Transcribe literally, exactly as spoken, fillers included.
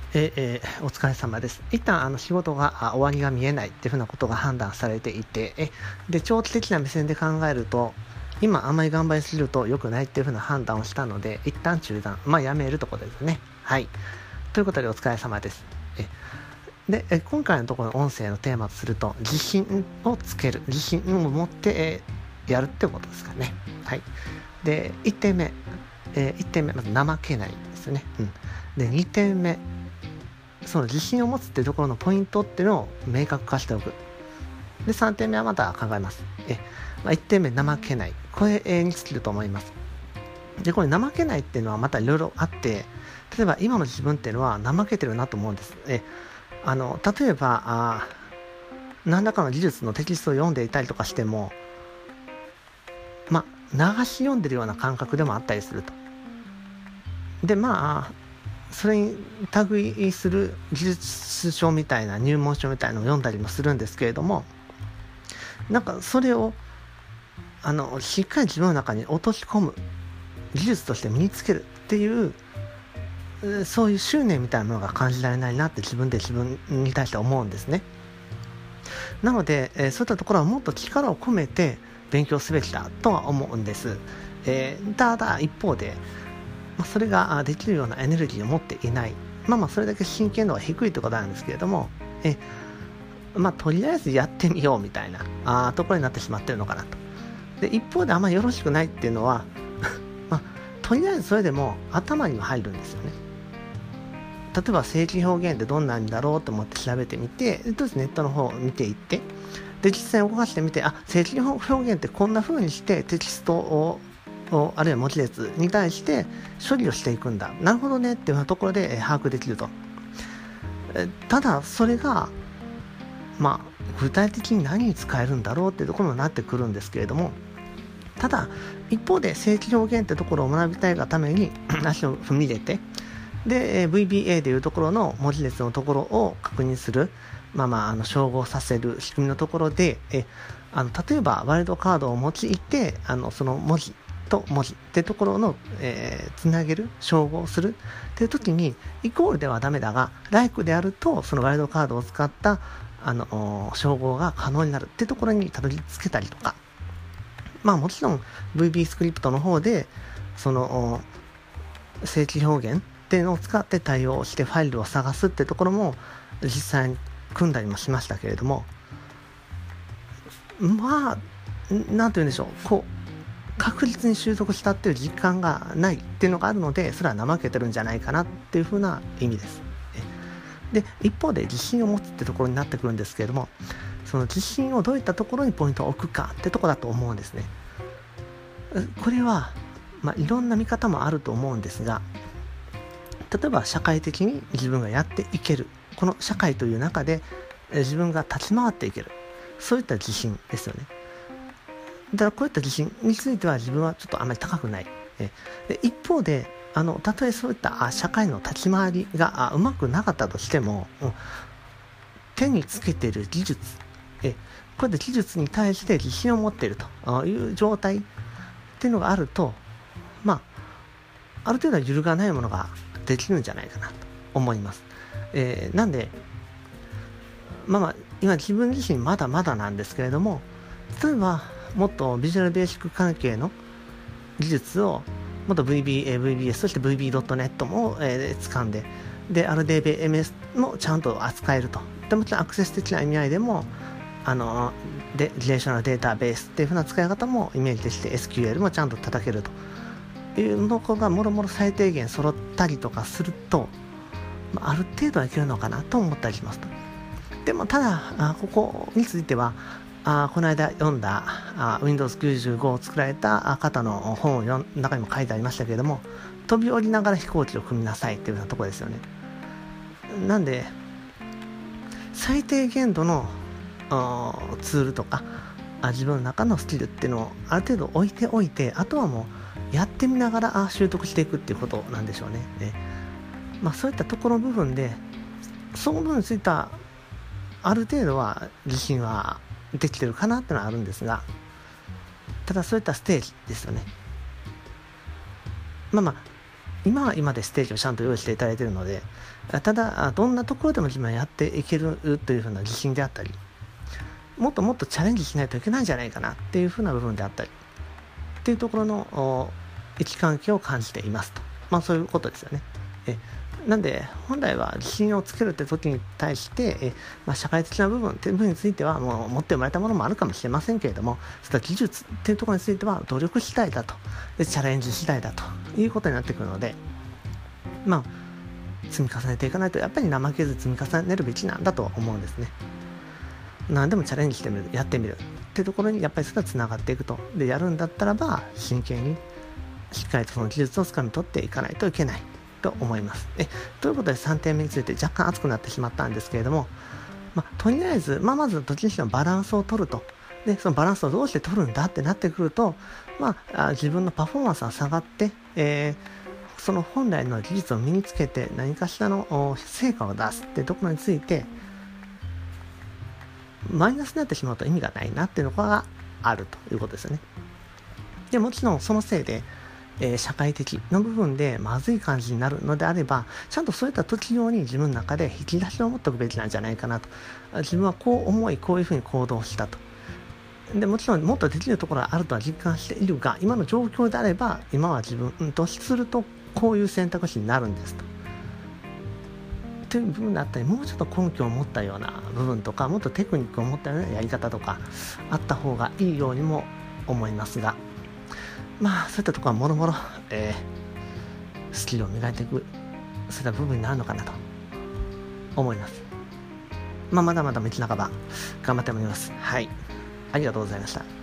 ええーお疲れ様です。一旦あの仕事があ終わりが見えないっていうふうなことが判断されていて、えで長期的な目線で考えると、今あんまり頑張りすぎると良くないっていうふうな判断をしたので、一旦中断、まあやめるところですね。はい。ということでお疲れ様です。えでえ今回のところの音声のテーマとすると、自信をつける、自信を持って、えーやるってことですかね。はい。でいってんめ、えー、いってんめまず怠けないですよね。うん。でにてんめ、その自信を持つっていうところのポイントっていうのを明確化しておく。でさんてんめはまた考えます。え、まあ、いってんめ怠けない、これに尽きると思います。でこれ怠けないっていうのはまたいろいろあって、例えば今の自分っていうのは怠けてるなと思うんです。えあの例えばあ何らかの技術のテキストを読んでいたりとかしても、まあ流し読んでるような感覚でもあったりすると。でまあそれに類する技術書みたいな入門書みたいなのを読んだりもするんですけれども、なんかそれをあのしっかり自分の中に落とし込む、技術として身につけるっていう、そういう執念みたいなものが感じられないなって自分で自分に対して思うんですね。なので、えー、そういったところはもっと力を込めて勉強すべきだとは思うんです。えー、ただ一方で、まあ、それができるようなエネルギーを持っていない、まあまあそれだけ真剣度が低いということなんですけれども、えまあとりあえずやってみようみたいなあところになってしまっているのかなと。で一方であんまりよろしくないっていうのはまあとりあえずそれでも頭には入るんですよね。例えば正規表現ってどんなんだろうと思って調べてみて、ネットの方を見ていって、で実際動かしてみて、あ正規表現ってこんな風にしてテキストをあるいは文字列に対して処理をしていくんだ、なるほどねっていうようなところで把握できると。ただそれがまあ具体的に何に使えるんだろうっていうところになってくるんですけれども、ただ一方で正規表現ってところを学びたいがために足を踏み入れて、で ブイビーエー でいうところの文字列のところを確認する、まあまああの照合させる仕組みのところで、えあの例えばワイルドカードを用いてあのその文字と文字ってところの、えー、つなげる、照合するっていう時にイコールではダメだが、ライクであるとそのワイルドカードを使ったあの照合が可能になるっていうところにたどり着けたりとか、まあもちろん ブイビー スクリプトの方でその正規表現っていうのを使って対応してファイルを探すってところも実際に組んだりもしましたけれども、まあなんて言うんでしょう、こう確実に習得したっていう実感がないっていうのがあるので、それは怠けてるんじゃないかなっていうふうな意味です。で一方で自信を持つってところになってくるんですけれども、その自信をどういったところにポイントを置くかってところだと思うんですね。これは、まあ、いろんな見方もあると思うんですが、例えば社会的に自分がやっていける、この社会という中で自分が立ち回っていける、そういった自信ですよね。だからこういった自信については自分はちょっとあまり高くない。で一方であのたとえそういった社会の立ち回りがうまくなかったとしても、うん、手につけている技術、えこういった技術に対して自信を持っているという状態っていうのがあると、まあある程度は揺るがないものができるんじゃないかなと思います。えー、なんでまあまあ今自分自身まだまだなんですけれども、例えばもっとビジュアルベーシック関係の技術をもっと ブイビーエー、ブイビーエス そして ブイビードットネット も、えー、掴んで、で アールディービーエムエス もちゃんと扱えると。でもちろんアクセス的な意味合いでもあのでリレーショナルデータベースっていう風な使い方もイメージでして エスキューエル もちゃんと叩けるというのがもろもろ最低限揃ったりとかすると、ある程度はいけるのかなと思ったりしますと。でもただあここについてはあこの間読んだあ ウィンドウズきゅうじゅうご を作られた方の本を読ん中にも書いてありましたけれども、飛び降りながら飛行機を組みなさいっていうようなところですよね。なんで最低限度のツールとかあ自分の中のスキルっていうのをある程度置いておいて、あとはもうやってみながら習得していくっていうことなんでしょうね。でまあ、そういったところの部分でその部分についたある程度は自信はできてるかなってのはあるんですが、ただそういったステージですよね。まあまあ今は今でステージをちゃんと用意していただいているので、ただどんなところでも自分はやっていけるというふうな自信であったり、もっともっとチャレンジしないといけないんじゃないかなっていうふうな部分であったりっていうところの位置関係を感じていますと、まあそういうことですよね。えなんで本来は自信をつけるって時に対してえ、まあ、社会的な部分っていう部分についてはもう持って生まれたものもあるかもしれませんけれども、そういった技術っていうところについては努力次第だと、でチャレンジ次第だということになってくるので、まあ積み重ねていかないとやっぱり怠けず積み重ねるべきなんだと思うんですね。何でもチャレンジしてみる、やってみるっていうところにやっぱりそれはつながっていくと。でやるんだったらば真剣にしっかりとその技術をつかみ取っていかないといけないと思います。えということでさんてんめについて若干熱くなってしまったんですけれども、まあ、とりあえず、まあ、まずどっちにしてもバランスを取ると。でそのバランスをどうして取るんだってなってくると、まあ、あ自分のパフォーマンスが下がって、えー、その本来の技術を身につけて何かしらの成果を出すってところについてマイナスになってしまうと意味がないなっていうのがあるということですよね。でもちろんそのせいで、えー、社会的な部分でまずい感じになるのであれば、ちゃんとそういった時用に自分の中で引き出しを持っておくべきなんじゃないかなと。自分はこう思いこういうふうに行動したと。でもちろんもっとできるところがあるとは実感しているが、今の状況であれば今は自分とするとこういう選択肢になるんですと。という部分だったり、もうちょっと根拠を持ったような部分とか、もっとテクニックを持ったようなやり方とかあった方がいいようにも思いますが、まあそういったところはもろもろ、えー、スキルを磨いていくそういった部分になるのかなと思います。まあまだまだ道半ば頑張ってまいります。はい、ありがとうございました。